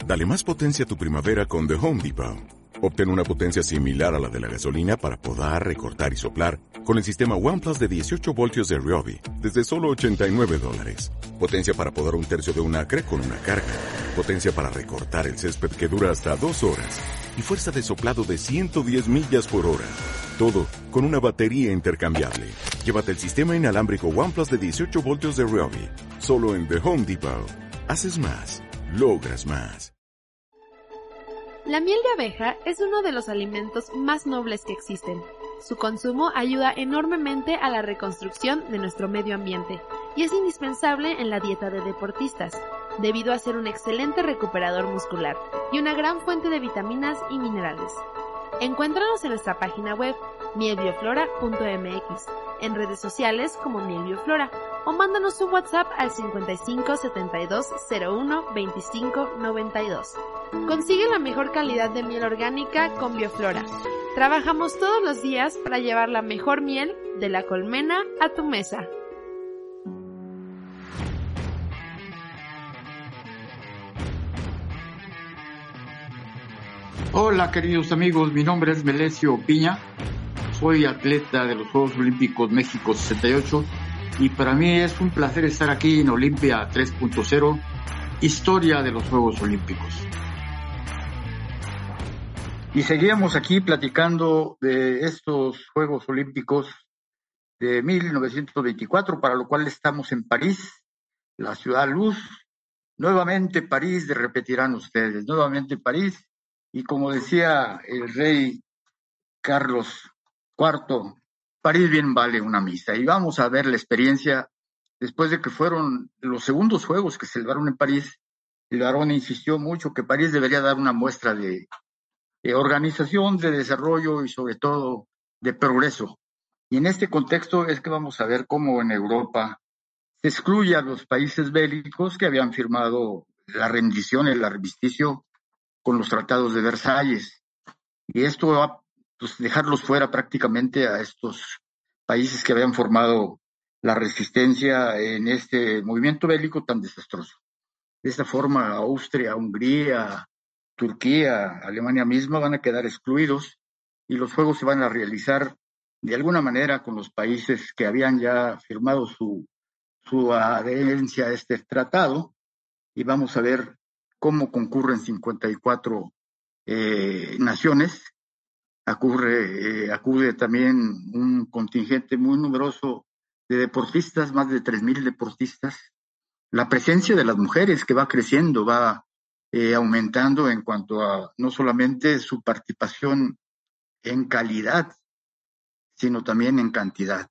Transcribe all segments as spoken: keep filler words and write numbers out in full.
Dale más potencia a tu primavera con The Home Depot. Obtén una potencia similar a la de la gasolina para podar, recortar y soplar con el sistema OnePlus de dieciocho voltios de Ryobi desde solo ochenta y nueve dólares. Potencia para podar un tercio de un acre con una carga. Potencia para recortar el césped que dura hasta dos horas. Y fuerza de soplado de ciento diez millas por hora. Todo con una batería intercambiable. Llévate el sistema inalámbrico OnePlus de dieciocho voltios de Ryobi. Solo en The Home Depot. Haces más. Logras más. La miel de abeja es uno de los alimentos más nobles que existen. Su consumo ayuda enormemente a la reconstrucción de nuestro medio ambiente y es indispensable en la dieta de deportistas, debido a ser un excelente recuperador muscular y una gran fuente de vitaminas y minerales. Encuéntranos en nuestra página web miel bioflora punto m x, en redes sociales como Miel Bioflora, o mándanos un WhatsApp al cincuenta y cinco setenta y dos cero uno veinticinco noventa y dos. Consigue la mejor calidad de miel orgánica con Bioflora. Trabajamos todos los días para llevar la mejor miel de la colmena a tu mesa. Hola queridos amigos, mi nombre es Melesio Piña, soy atleta de los Juegos Olímpicos México sesenta y ocho y para mí es un placer estar aquí en Olimpia tres punto cero, historia de los Juegos Olímpicos. Y seguíamos aquí platicando de estos Juegos Olímpicos de mil novecientos veinticuatro, para lo cual estamos en París, la ciudad luz. Nuevamente París, de repetirán ustedes, nuevamente París. Y como decía el rey Carlos cuarto, París bien vale una misa. Y vamos a ver la experiencia después de que fueron los segundos juegos que se celebraron en París. El varón insistió mucho que París debería dar una muestra de, de organización, de desarrollo y sobre todo de progreso. Y en este contexto es que vamos a ver cómo en Europa se excluye a los países bélicos que habían firmado la rendición, el armisticio con los tratados de Versalles. Y esto va a pues, dejarlos fuera prácticamente a estos países que habían formado la resistencia en este movimiento bélico tan desastroso. De esta forma, Austria, Hungría, Turquía, Alemania misma van a quedar excluidos y los juegos se van a realizar de alguna manera con los países que habían ya firmado su, su adherencia a este tratado, y vamos a ver cómo concurren cincuenta y cuatro eh, naciones. Acude, eh, acude también un contingente muy numeroso de deportistas, más de tres mil deportistas. La presencia de las mujeres que va creciendo, va eh, aumentando en cuanto a no solamente su participación en calidad, sino también en cantidad.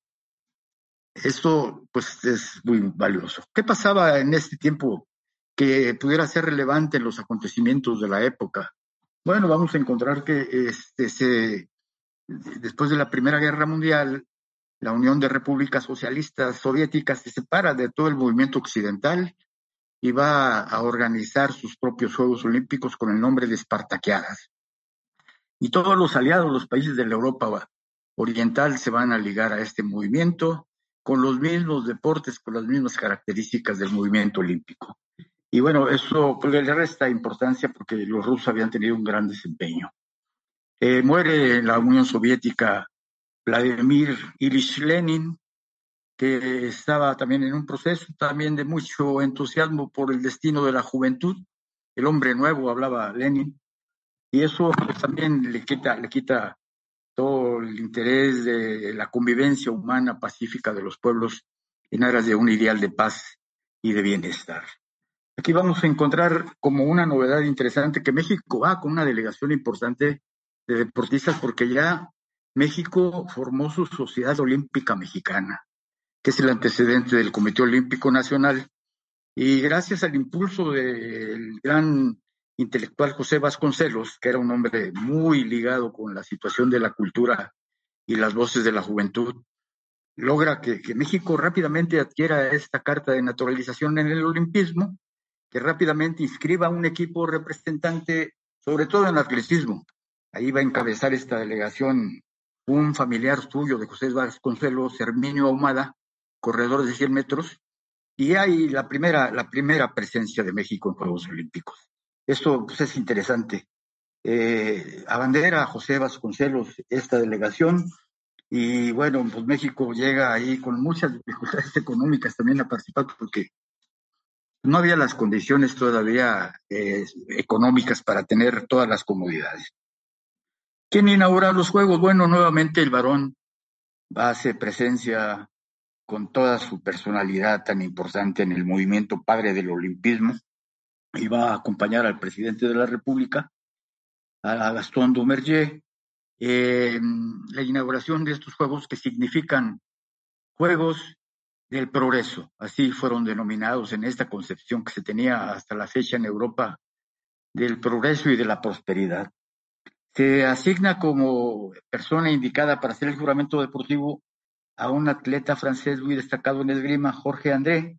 Esto pues es muy valioso. ¿Qué pasaba en este tiempo que pudiera ser relevante en los acontecimientos de la época? Bueno, vamos a encontrar que este, se, después de la Primera Guerra Mundial, la Unión de Repúblicas Socialistas Soviéticas se separa de todo el movimiento occidental y va a organizar sus propios Juegos Olímpicos con el nombre de Espartaquiadas. Y todos los aliados, los países de la Europa Oriental, se van a ligar a este movimiento con los mismos deportes, con las mismas características del movimiento olímpico. Y bueno, eso pues, le resta importancia porque los rusos habían tenido un gran desempeño. Eh, muere en la Unión Soviética Vladimir Ilich Lenin, que estaba también en un proceso también de mucho entusiasmo por el destino de la juventud. El hombre nuevo, hablaba Lenin, y eso pues, también le quita, le quita todo el interés de la convivencia humana pacífica de los pueblos en aras de un ideal de paz y de bienestar. Aquí vamos a encontrar como una novedad interesante que México va con una delegación importante de deportistas porque ya México formó su Sociedad Olímpica Mexicana, que es el antecedente del Comité Olímpico Nacional, y gracias al impulso del gran intelectual José Vasconcelos, que era un hombre muy ligado con la situación de la cultura y las voces de la juventud, logra que, que México rápidamente adquiera esta carta de naturalización en el olimpismo, que rápidamente inscriba un equipo representante, sobre todo en atletismo. Ahí va a encabezar esta delegación un familiar suyo de José Vasconcelos, Herminio Ahumada, corredor de cien metros, y hay la primera, la primera presencia de México en Juegos Olímpicos. Esto pues, es interesante. Eh, abandera a José Vasconcelos esta delegación y bueno, pues México llega ahí con muchas dificultades económicas también a participar porque no había las condiciones todavía eh, económicas para tener todas las comodidades. ¿Quién inaugura los Juegos? Bueno, nuevamente el varón va a hacer presencia con toda su personalidad tan importante en el movimiento padre del olimpismo y va a acompañar al presidente de la República, a Gastón Doumergue, eh, la inauguración de estos Juegos que significan Juegos del Progreso, así fueron denominados en esta concepción que se tenía hasta la fecha en Europa del progreso y de la prosperidad. Se asigna como persona indicada para hacer el juramento deportivo a un atleta francés muy destacado en esgrima, Jorge André,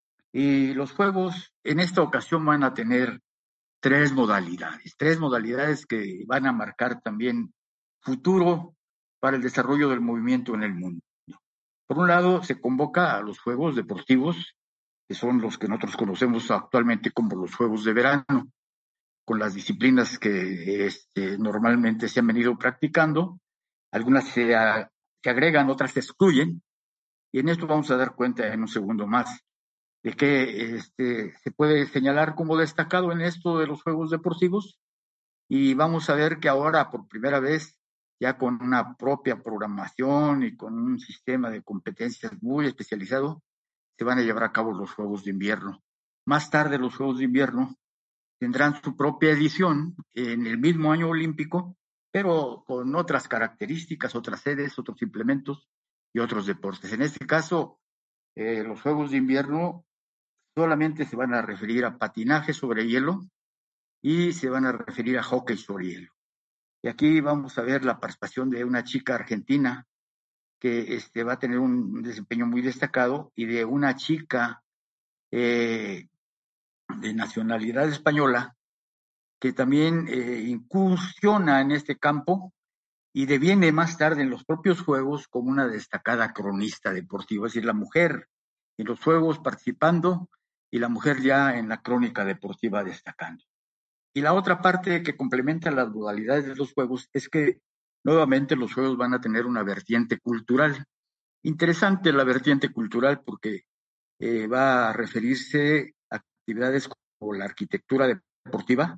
y los Juegos en esta ocasión van a tener tres modalidades, tres modalidades que van a marcar también futuro para el desarrollo del movimiento en el mundo. Por un lado, se convoca a los Juegos Deportivos, que son los que nosotros conocemos actualmente como los Juegos de Verano, con las disciplinas que este, normalmente se han venido practicando. Algunas se, a, se agregan, otras se excluyen, y en esto vamos a dar cuenta en un segundo más de que este, se puede señalar como destacado en esto de los Juegos Deportivos, y vamos a ver que ahora por primera vez, ya con una propia programación y con un sistema de competencias muy especializado, se van a llevar a cabo los Juegos de Invierno. Más tarde los Juegos de Invierno tendrán su propia edición en el mismo año olímpico, pero con otras características, otras sedes, otros implementos y otros deportes. En este caso, eh, los Juegos de Invierno solamente se van a referir a patinaje sobre hielo y se van a referir a hockey sobre hielo. Y aquí vamos a ver la participación de una chica argentina que este, va a tener un desempeño muy destacado y de una chica eh, de nacionalidad española que también eh, incursiona en este campo y deviene más tarde en los propios Juegos como una destacada cronista deportiva, es decir, la mujer en los Juegos participando y la mujer ya en la crónica deportiva destacando. Y la otra parte que complementa las modalidades de los Juegos es que nuevamente los Juegos van a tener una vertiente cultural. Interesante la vertiente cultural porque eh, va a referirse a actividades como la arquitectura deportiva,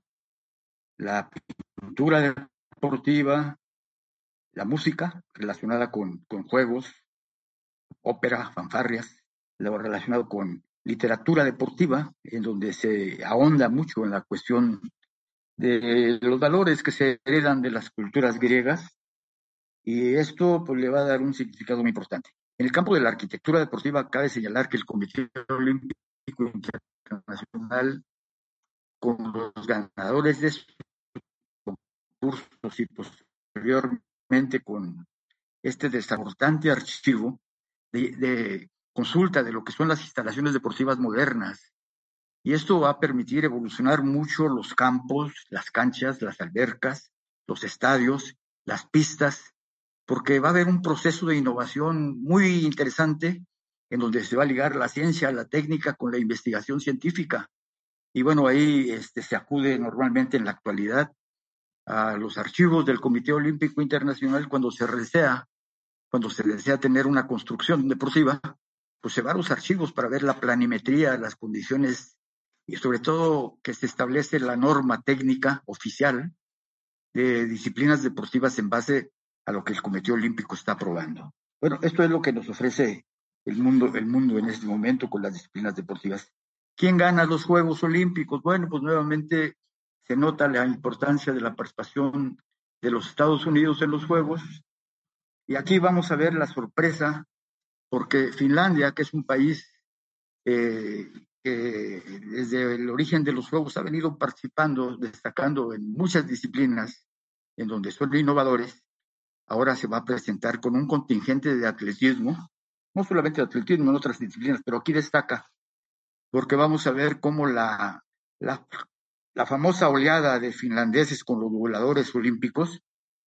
la pintura deportiva, la música relacionada con, con juegos, ópera, fanfarrias, lo relacionado con literatura deportiva, en donde se ahonda mucho en la cuestión de los valores que se heredan de las culturas griegas, y esto pues, le va a dar un significado muy importante. En el campo de la arquitectura deportiva cabe señalar que el Comité Olímpico Internacional, con los ganadores de sus concursos y posteriormente con este desafortunante archivo de, de consulta de lo que son las instalaciones deportivas modernas, y esto va a permitir evolucionar mucho los campos, las canchas, las albercas, los estadios, las pistas, porque va a haber un proceso de innovación muy interesante en donde se va a ligar la ciencia, la técnica con la investigación científica. Y bueno, ahí este, se acude normalmente en la actualidad a los archivos del Comité Olímpico Internacional cuando se desea, cuando se desea tener una construcción deportiva, pues se va a los archivos para ver la planimetría, las condiciones y sobre todo que se establece la norma técnica oficial de disciplinas deportivas en base a lo que el Comité Olímpico está aprobando. Bueno, esto es lo que nos ofrece el mundo, el mundo en este momento con las disciplinas deportivas. ¿Quién gana los Juegos Olímpicos? Bueno, pues nuevamente se nota la importancia de la participación de los Estados Unidos en los Juegos. Y aquí vamos a ver la sorpresa, porque Finlandia, que es un país eh, que desde el origen de los Juegos ha venido participando, destacando en muchas disciplinas en donde son innovadores, ahora se va a presentar con un contingente de atletismo, no solamente de atletismo, en otras disciplinas, pero aquí destaca, porque vamos a ver cómo la, la, la famosa oleada de finlandeses con los voladores olímpicos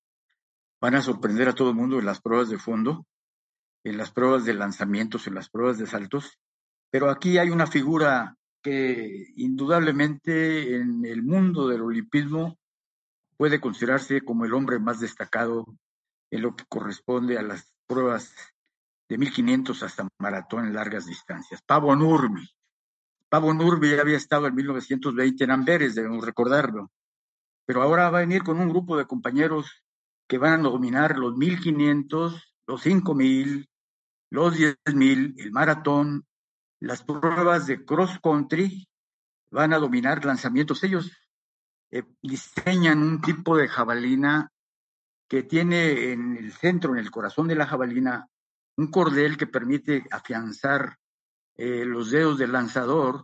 van a sorprender a todo el mundo en las pruebas de fondo, en las pruebas de lanzamientos, en las pruebas de saltos, pero aquí hay una figura que indudablemente en el mundo del olimpismo puede considerarse como el hombre más destacado en lo que corresponde a las pruebas de mil quinientos hasta maratón en largas distancias. Paavo Nurmi. Paavo Nurmi ya había estado en mil novecientos veinte en Amberes, debemos recordarlo, pero ahora va a venir con un grupo de compañeros que van a dominar los mil quinientos, los cinco mil, los diez mil, el maratón, las pruebas de cross country, van a dominar lanzamientos. Ellos eh, diseñan un tipo de jabalina que tiene en el centro, en el corazón de la jabalina, un cordel que permite afianzar eh, los dedos del lanzador,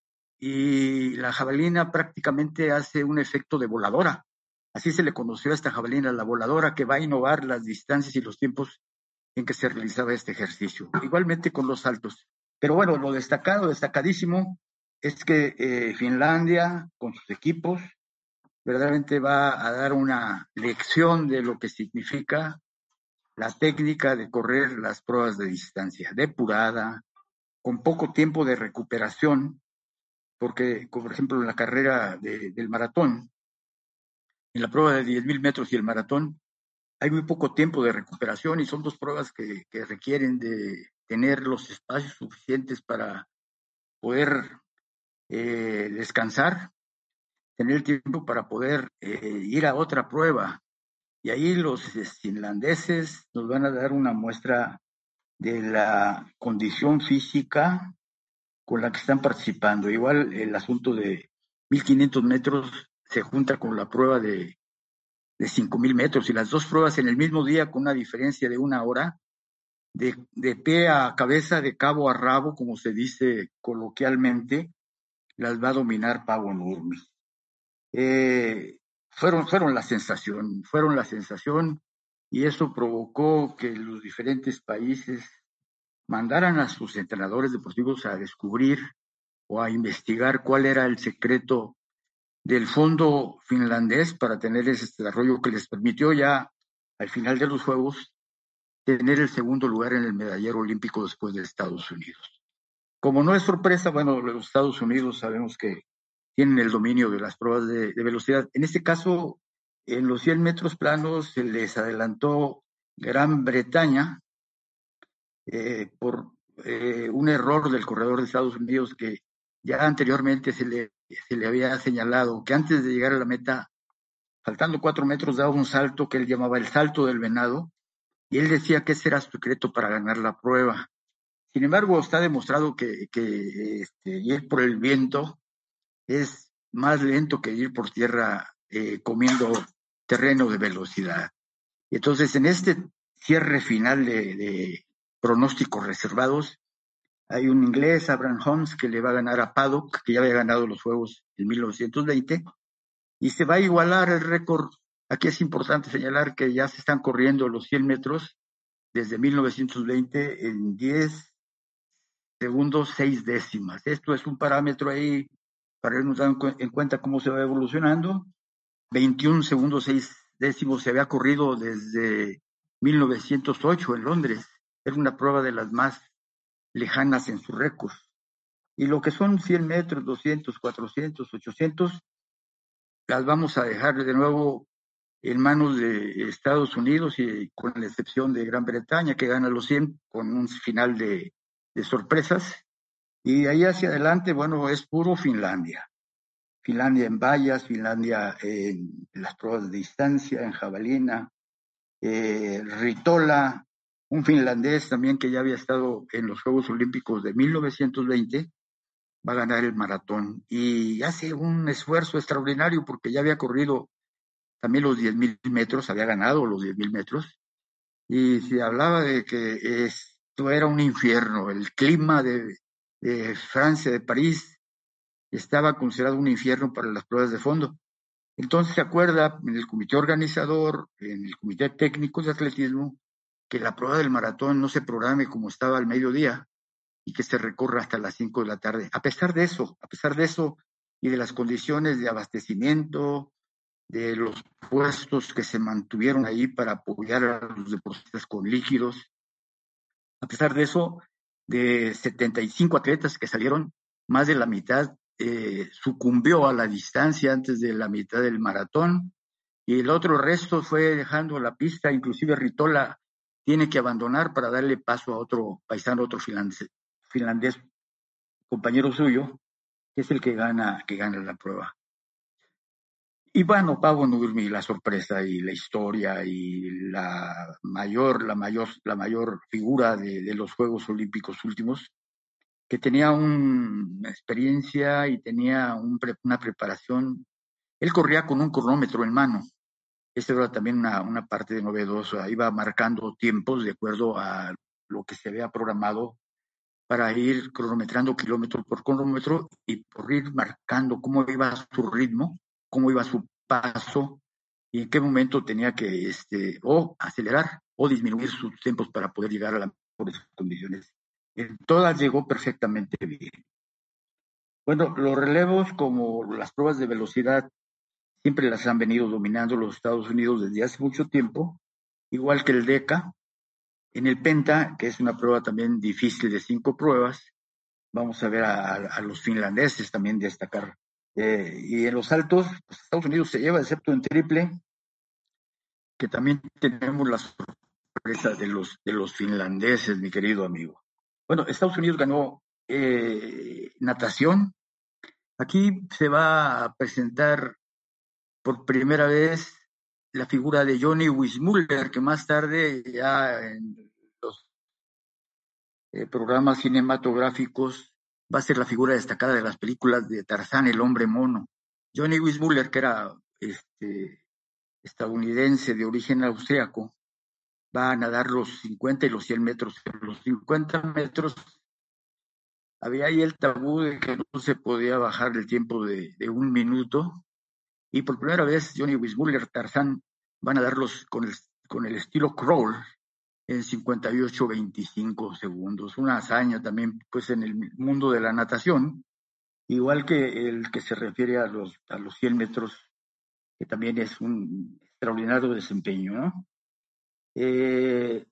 y la jabalina prácticamente hace un efecto de voladora. Así se le conoció a esta jabalina, la voladora, que va a innovar las distancias y los tiempos en que se realizaba este ejercicio. Igualmente con los saltos. Pero bueno, lo destacado, destacadísimo, es que eh, Finlandia, con sus equipos, verdaderamente va a dar una lección de lo que significa la técnica de correr las pruebas de distancia, depurada, con poco tiempo de recuperación, porque, por ejemplo, en la carrera de, del maratón, en la prueba de diez mil metros y el maratón, hay muy poco tiempo de recuperación y son dos pruebas que, que requieren de tener los espacios suficientes para poder eh, descansar, tener el tiempo para poder eh, ir a otra prueba. Y ahí los finlandeses nos van a dar una muestra de la condición física con la que están participando. Igual el asunto de mil quinientos metros se junta con la prueba de, de cinco mil metros, y las dos pruebas en el mismo día con una diferencia de una hora, de, de pie a cabeza, de cabo a rabo, como se dice coloquialmente, las va a dominar Paavo Nurmi. Eh, fueron, fueron la sensación, fueron la sensación, y eso provocó que los diferentes países mandaran a sus entrenadores deportivos a descubrir o a investigar cuál era el secreto del fondo finlandés para tener ese desarrollo que les permitió ya al final de los Juegos tener el segundo lugar en el medallero olímpico después de Estados Unidos. Como no es sorpresa, bueno, los Estados Unidos sabemos que tienen el dominio de las pruebas de, de velocidad. En este caso, en los cien metros planos se les adelantó Gran Bretaña eh, por eh, un error del corredor de Estados Unidos, que ya anteriormente se le, se le había señalado que antes de llegar a la meta, faltando cuatro metros, daba un salto que él llamaba el salto del venado, y él decía que ese era su secreto para ganar la prueba. Sin embargo, está demostrado que, que este, ir por el viento es más lento que ir por tierra eh, comiendo terreno de velocidad. Entonces, en este cierre final de, de pronósticos reservados, hay un inglés, Abraham Holmes, que le va a ganar a Paddock, que ya había ganado los Juegos en mil novecientos veinte, y se va a igualar el récord. Aquí es importante señalar que ya se están corriendo los cien metros desde mil novecientos veinte en diez segundos seis décimas. Esto es un parámetro ahí para irnos dando en cuenta cómo se va evolucionando. veintiún segundos seis décimos se había corrido desde mil novecientos ocho en Londres. Era una prueba de las más lejanas en su récord. Y lo que son cien metros, doscientos, cuatrocientos, ochocientos, las vamos a dejar de nuevo en manos de Estados Unidos, y con la excepción de Gran Bretaña, que gana los cien con un final de, de sorpresas. Y ahí hacia adelante, bueno, es puro Finlandia. Finlandia en vallas, Finlandia en las pruebas de distancia, en jabalina, eh, Ritola, un finlandés también que ya había estado en los Juegos Olímpicos de mil novecientos veinte, va a ganar el maratón y hace un esfuerzo extraordinario porque ya había corrido también los diez mil metros, había ganado los diez mil metros, y se hablaba de que esto era un infierno. El clima de, de Francia, de París, estaba considerado un infierno para las pruebas de fondo. Entonces se acuerda en el comité organizador, en el comité técnico de atletismo, que la prueba del maratón no se programe como estaba al mediodía y que se recorra hasta las cinco de la tarde. A pesar de eso, a pesar de eso y de las condiciones de abastecimiento, de los puestos que se mantuvieron ahí para apoyar a los deportistas con líquidos, a pesar de eso, de setenta y cinco atletas que salieron, más de la mitad eh, sucumbió a la distancia antes de la mitad del maratón, y el otro resto fue dejando la pista. Inclusive Ritola tiene que abandonar para darle paso a otro paisano, otro finlandés, finlandés compañero suyo, que es el que gana, que gana la prueba. Y bueno, Paavo Nurmi, la sorpresa y la historia y la mayor, la mayor, la mayor figura de, de los Juegos Olímpicos últimos, que tenía un, una experiencia y tenía un, una preparación. Él corría con un cronómetro en mano. Esta era también una, una parte de novedosa. Iba marcando tiempos de acuerdo a lo que se había programado para ir cronometrando kilómetro por kilómetro y por ir marcando cómo iba su ritmo, cómo iba su paso y en qué momento tenía que este, o acelerar o disminuir sus tiempos para poder llegar a las mejores condiciones. En todas llegó perfectamente bien. Bueno, los relevos como las pruebas de velocidad siempre las han venido dominando los Estados Unidos desde hace mucho tiempo, igual que el DECA. En el Penta, que es una prueba también difícil de cinco pruebas, vamos a ver a, a los finlandeses también destacar. Eh, y en los saltos, pues Estados Unidos se lleva, excepto en triple, que también tenemos la sorpresa de los, de los finlandeses, mi querido amigo. Bueno, Estados Unidos ganó eh, natación. Aquí se va a presentar por primera vez la figura de Johnny Weissmuller, que más tarde ya en los eh, programas cinematográficos va a ser la figura destacada de las películas de Tarzán, el hombre mono. Johnny Weissmuller, que era este, estadounidense de origen austriaco, va a nadar los cincuenta y los cien metros. En los cincuenta metros había ahí el tabú de que no se podía bajar el tiempo de, de un minuto, y por primera vez Johnny Weissmuller, Tarzán, van a darlos con el, con el estilo crawl en cincuenta y ocho veinticinco segundos. Una hazaña también pues en el mundo de la natación, igual que el que se refiere a los, a los cien metros, que también es un extraordinario desempeño, ¿no? Eh,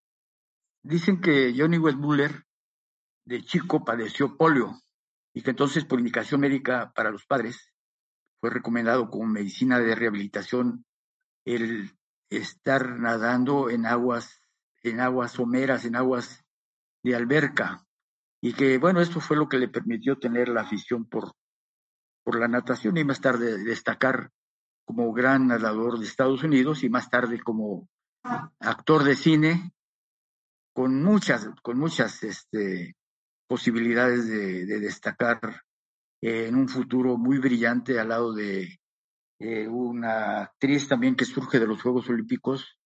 dicen que Johnny Weissmuller de chico padeció polio y que entonces por indicación médica para los padres fue recomendado como medicina de rehabilitación el estar nadando en aguas, en aguas someras, en aguas de alberca, y que bueno, esto fue lo que le permitió tener la afición por, por la natación y más tarde destacar como gran nadador de Estados Unidos y más tarde como actor de cine con muchas, con muchas este, posibilidades de, de destacar eh, en un futuro muy brillante al lado de eh, una actriz también que surge de los Juegos Olímpicos,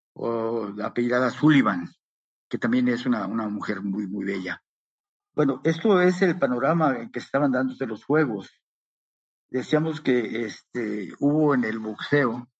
o, apellidada Sullivan, que también es una, una mujer muy, muy bella. Bueno, esto es el panorama en que estaban dándose los Juegos. Decíamos que este, hubo en el boxeo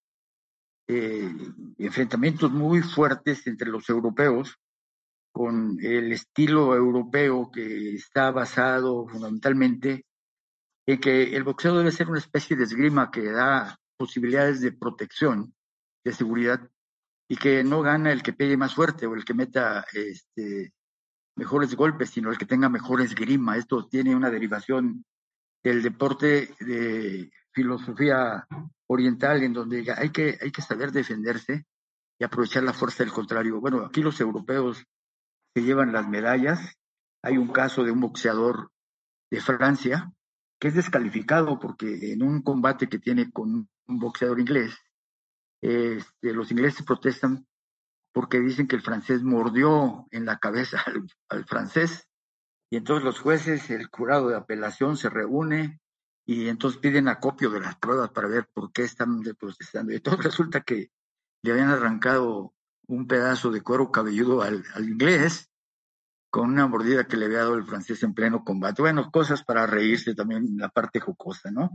eh, enfrentamientos muy fuertes entre los europeos, con el estilo europeo que está basado fundamentalmente en que el boxeo debe ser una especie de esgrima que da posibilidades de protección, de seguridad, y que no gana el que pegue más fuerte o el que meta este, mejores golpes, sino el que tenga mejor esgrima. Esto tiene una derivación del deporte de filosofía oriental, en donde hay que, hay que saber defenderse y aprovechar la fuerza del contrario. Bueno, aquí los europeos se llevan las medallas. Hay un caso de un boxeador de Francia que es descalificado porque en un combate que tiene con un boxeador inglés, este, los ingleses protestan porque dicen que el francés mordió en la cabeza al, al francés, y entonces los jueces, el jurado de apelación se reúne y entonces piden acopio de las pruebas para ver por qué están protestando. Y entonces resulta que le habían arrancado un pedazo de cuero cabelludo al, al inglés con una mordida que le había dado el francés en pleno combate. Bueno, cosas para reírse también, la parte jocosa, ¿no?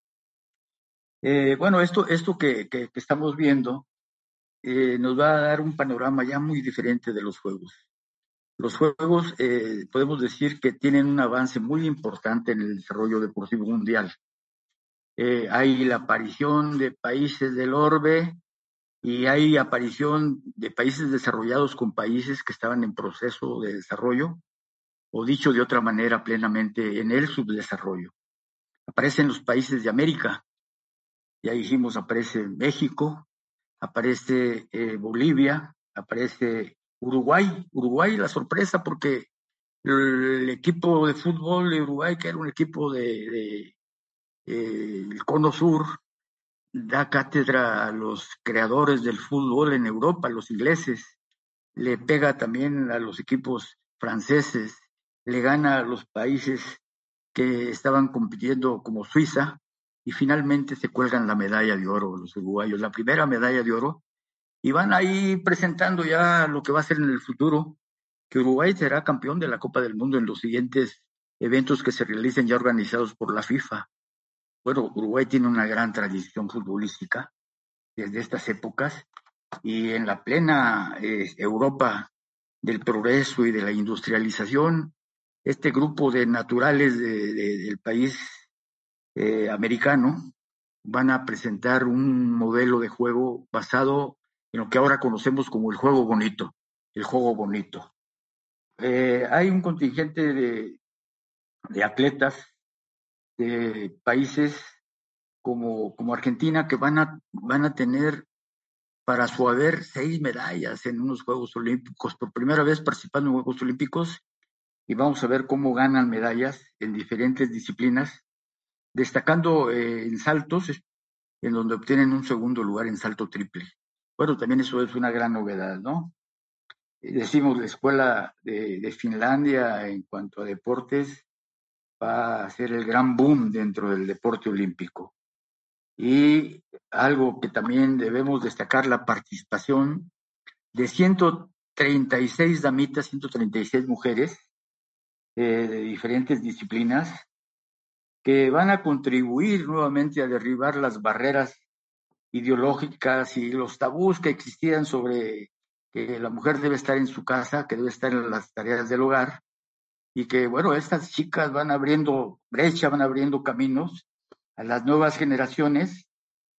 Eh, bueno, esto, esto que, que, que estamos viendo eh, nos va a dar un panorama ya muy diferente de los Juegos. Los Juegos eh, podemos decir que tienen un avance muy importante en el desarrollo deportivo mundial. Eh, hay la aparición de países del orbe y hay aparición de países desarrollados con países que estaban en proceso de desarrollo, o dicho de otra manera, plenamente en el subdesarrollo. Aparecen los países de América, ya dijimos, aparece México, aparece eh, Bolivia, aparece Uruguay. Uruguay, la sorpresa, porque el equipo de fútbol de Uruguay, que era un equipo de, de eh, el Cono Sur, da cátedra a los creadores del fútbol en Europa, los ingleses, le pega también a los equipos franceses, le gana a los países que estaban compitiendo como Suiza, y finalmente se cuelgan la medalla de oro los uruguayos, la primera medalla de oro, y van ahí presentando ya lo que va a ser en el futuro, que Uruguay será campeón de la Copa del Mundo en los siguientes eventos que se realicen ya organizados por la FIFA. Bueno, Uruguay tiene una gran tradición futbolística desde estas épocas, y en la plena eh, Europa del progreso y de la industrialización, este grupo de naturales de, de, del país eh, americano van a presentar un modelo de juego basado en lo que ahora conocemos como el juego bonito, el juego bonito. Eh, hay un contingente de, de atletas de países como, como Argentina que van a, van a tener para su haber seis medallas en unos Juegos Olímpicos, por primera vez participando en Juegos Olímpicos, y vamos a ver cómo ganan medallas en diferentes disciplinas, destacando eh, en saltos, en donde obtienen un segundo lugar en salto triple. Bueno, también eso es una gran novedad, ¿no? Decimos, la escuela de, de Finlandia en cuanto a deportes va a ser el gran boom dentro del deporte olímpico. Y algo que también debemos destacar, la participación de ciento treinta y seis damitas, ciento treinta y seis mujeres eh, de diferentes disciplinas, que van a contribuir nuevamente a derribar las barreras ideológicas y los tabús que existían sobre que la mujer debe estar en su casa, que debe estar en las tareas del hogar, y que, bueno, estas chicas van abriendo brecha, van abriendo caminos a las nuevas generaciones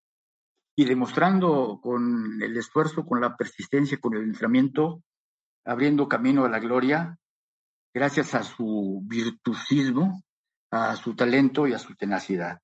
y demostrando con el esfuerzo, con la persistencia, con el entrenamiento, abriendo camino a la gloria, gracias a su virtuosismo, a su talento y a su tenacidad.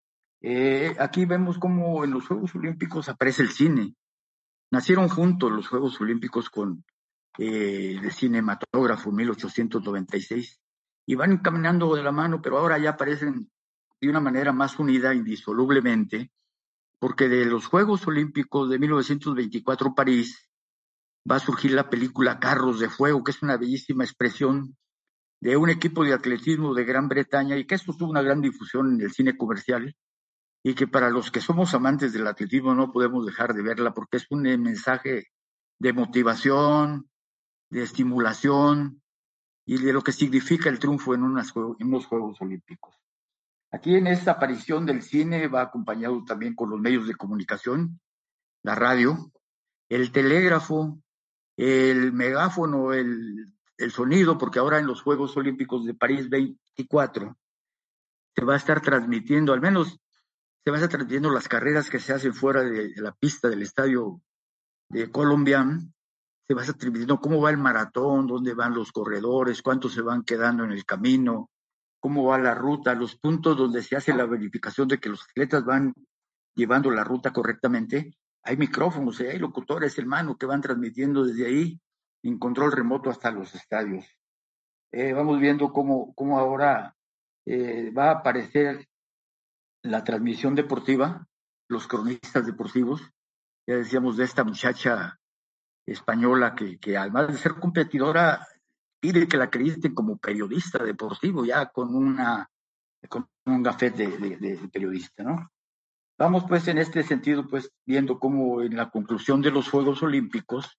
Eh, aquí vemos cómo en los Juegos Olímpicos aparece el cine. Nacieron juntos los Juegos Olímpicos con eh, el cinematógrafo en mil ochocientos noventa y seis, y van caminando de la mano, pero ahora ya aparecen de una manera más unida, indisolublemente, porque de los Juegos Olímpicos de mil novecientos veinticuatro París va a surgir la película Carros de Fuego, que es una bellísima expresión de un equipo de atletismo de Gran Bretaña, y que esto tuvo una gran difusión en el cine comercial, y que para los que somos amantes del atletismo no podemos dejar de verla, porque es un mensaje de motivación, de estimulación y de lo que significa el triunfo en, unas, en unos Juegos Olímpicos. Aquí en esta aparición del cine va acompañado también con los medios de comunicación, la radio, el telégrafo, el megáfono, el, el sonido, porque ahora en los Juegos Olímpicos de París veinticuatro se va a estar transmitiendo, al menos se van a estar transmitiendo las carreras que se hacen fuera de, de la pista del estadio de Colombian, se va a estar transmitiendo cómo va el maratón, dónde van los corredores, cuántos se van quedando en el camino, cómo va la ruta, los puntos donde se hace la verificación de que los atletas van llevando la ruta correctamente. Hay micrófonos, ¿eh? Hay locutores, hermano, que van transmitiendo desde ahí en control remoto hasta los estadios. Eh, vamos viendo cómo, cómo ahora eh, va a aparecer la transmisión deportiva, los cronistas deportivos. Ya decíamos de esta muchacha española que, que además de ser competidora, pide que la acrediten como periodista deportivo, ya con una con un gafet de, de, de periodista, ¿no? Vamos pues en este sentido, pues viendo cómo en la conclusión de los Juegos Olímpicos,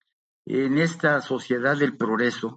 en esta sociedad del progreso,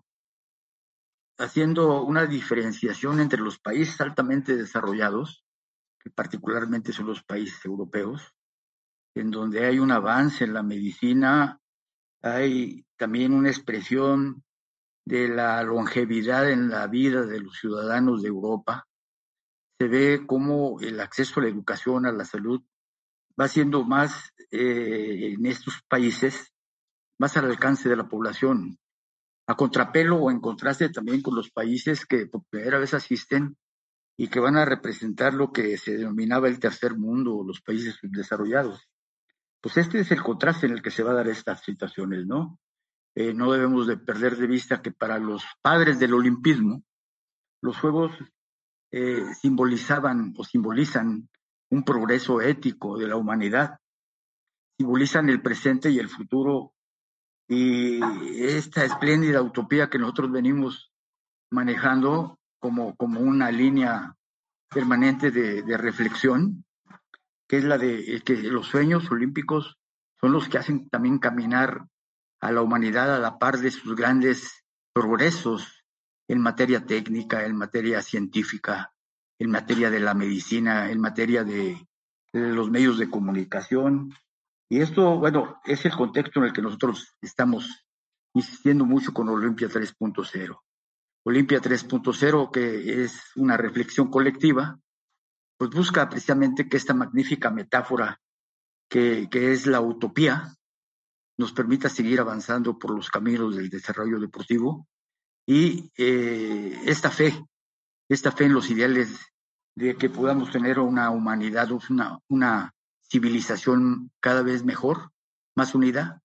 haciendo una diferenciación entre los países altamente desarrollados, que particularmente son los países europeos, en donde hay un avance en la medicina, hay también una expresión de la longevidad en la vida de los ciudadanos de Europa. Se ve cómo el acceso a la educación, a la salud, va siendo más eh, en estos países, más al alcance de la población. a contrapelo o en contraste también con los países que por primera vez asisten y que van a representar lo que se denominaba el tercer mundo o los países subdesarrollados. Pues este es el contraste en el que se va a dar estas situaciones, ¿no? Eh, no debemos de perder de vista que para los padres del olimpismo, los Juegos eh, simbolizaban o simbolizan un progreso ético de la humanidad, simbolizan el presente y el futuro, y esta espléndida utopía que nosotros venimos manejando como, como una línea permanente de, de reflexión, que es la de que los sueños olímpicos son los que hacen también caminar a la humanidad a la par de sus grandes progresos en materia técnica, en materia científica, en materia de la medicina, en materia de, de los medios de comunicación. Y esto, bueno, es el contexto en el que nosotros estamos insistiendo mucho con Olimpia tres punto cero. Olimpia tres punto cero, que es una reflexión colectiva, pues busca precisamente que esta magnífica metáfora que, que es la utopía nos permita seguir avanzando por los caminos del desarrollo deportivo y eh, esta fe, esta fe en los ideales de que podamos tener una humanidad, una, una civilización cada vez mejor, más unida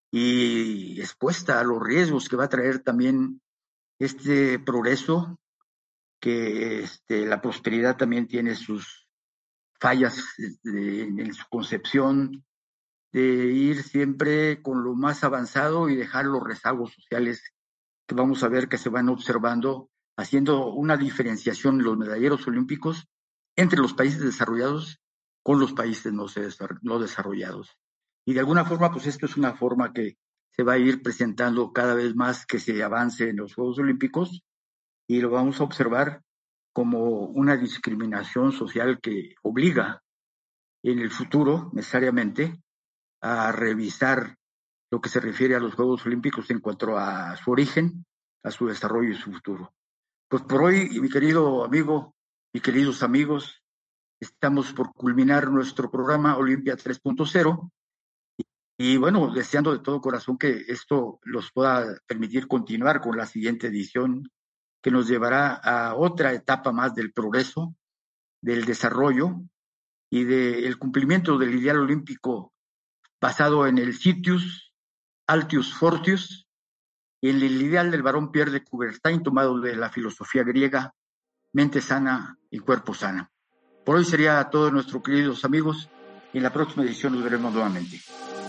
y expuesta a los riesgos que va a traer también este progreso, que este, la prosperidad también tiene sus fallas de, en su concepción, de ir siempre con lo más avanzado y dejar los rezagos sociales que vamos a ver que se van observando, haciendo una diferenciación en los medalleros olímpicos entre los países desarrollados con los países no, no desarrollados. Y de alguna forma, pues esto es una forma que se va a ir presentando cada vez más que se avance en los Juegos Olímpicos, y lo vamos a observar como una discriminación social que obliga en el futuro necesariamente a revisar lo que se refiere a los Juegos Olímpicos en cuanto a su origen, a su desarrollo y su futuro. Pues por hoy, mi querido amigo y queridos amigos, estamos por culminar nuestro programa Olimpia tres punto cero y, y bueno, deseando de todo corazón que esto los pueda permitir continuar con la siguiente edición, que nos llevará a otra etapa más del progreso, del desarrollo y del cumplimiento del ideal olímpico basado en el Citius, Altius, Fortius, y en el ideal del varón Pierre de Coubertin, tomado de la filosofía griega, mente sana y cuerpo sana. Por hoy sería todo, nuestros queridos amigos, y en la próxima edición nos veremos nuevamente.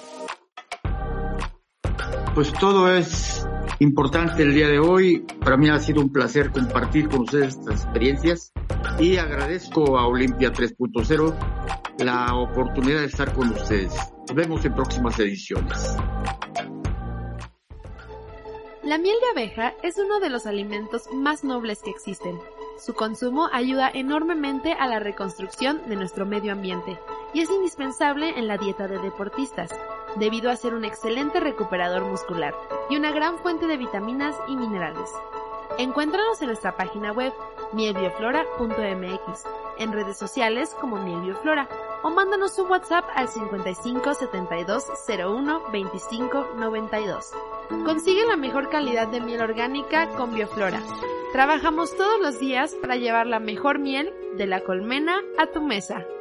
Pues todo es importante el día de hoy. Para mí ha sido un placer compartir con ustedes estas experiencias y agradezco a Olimpia tres punto cero la oportunidad de estar con ustedes. Nos vemos en próximas ediciones. La miel de abeja es uno de los alimentos más nobles que existen. Su consumo ayuda enormemente a la reconstrucción de nuestro medio ambiente y es indispensable en la dieta de deportistas, debido a ser un excelente recuperador muscular y una gran fuente de vitaminas y minerales. Encuéntranos en nuestra página web miel bioflora punto m x, en redes sociales como Miel Bioflora, o mándanos un WhatsApp al cincuenta y cinco setenta y dos cero uno veinticinco noventa y dos. Consigue la mejor calidad de miel orgánica con Bioflora. Trabajamos todos los días para llevar la mejor miel de la colmena a tu mesa.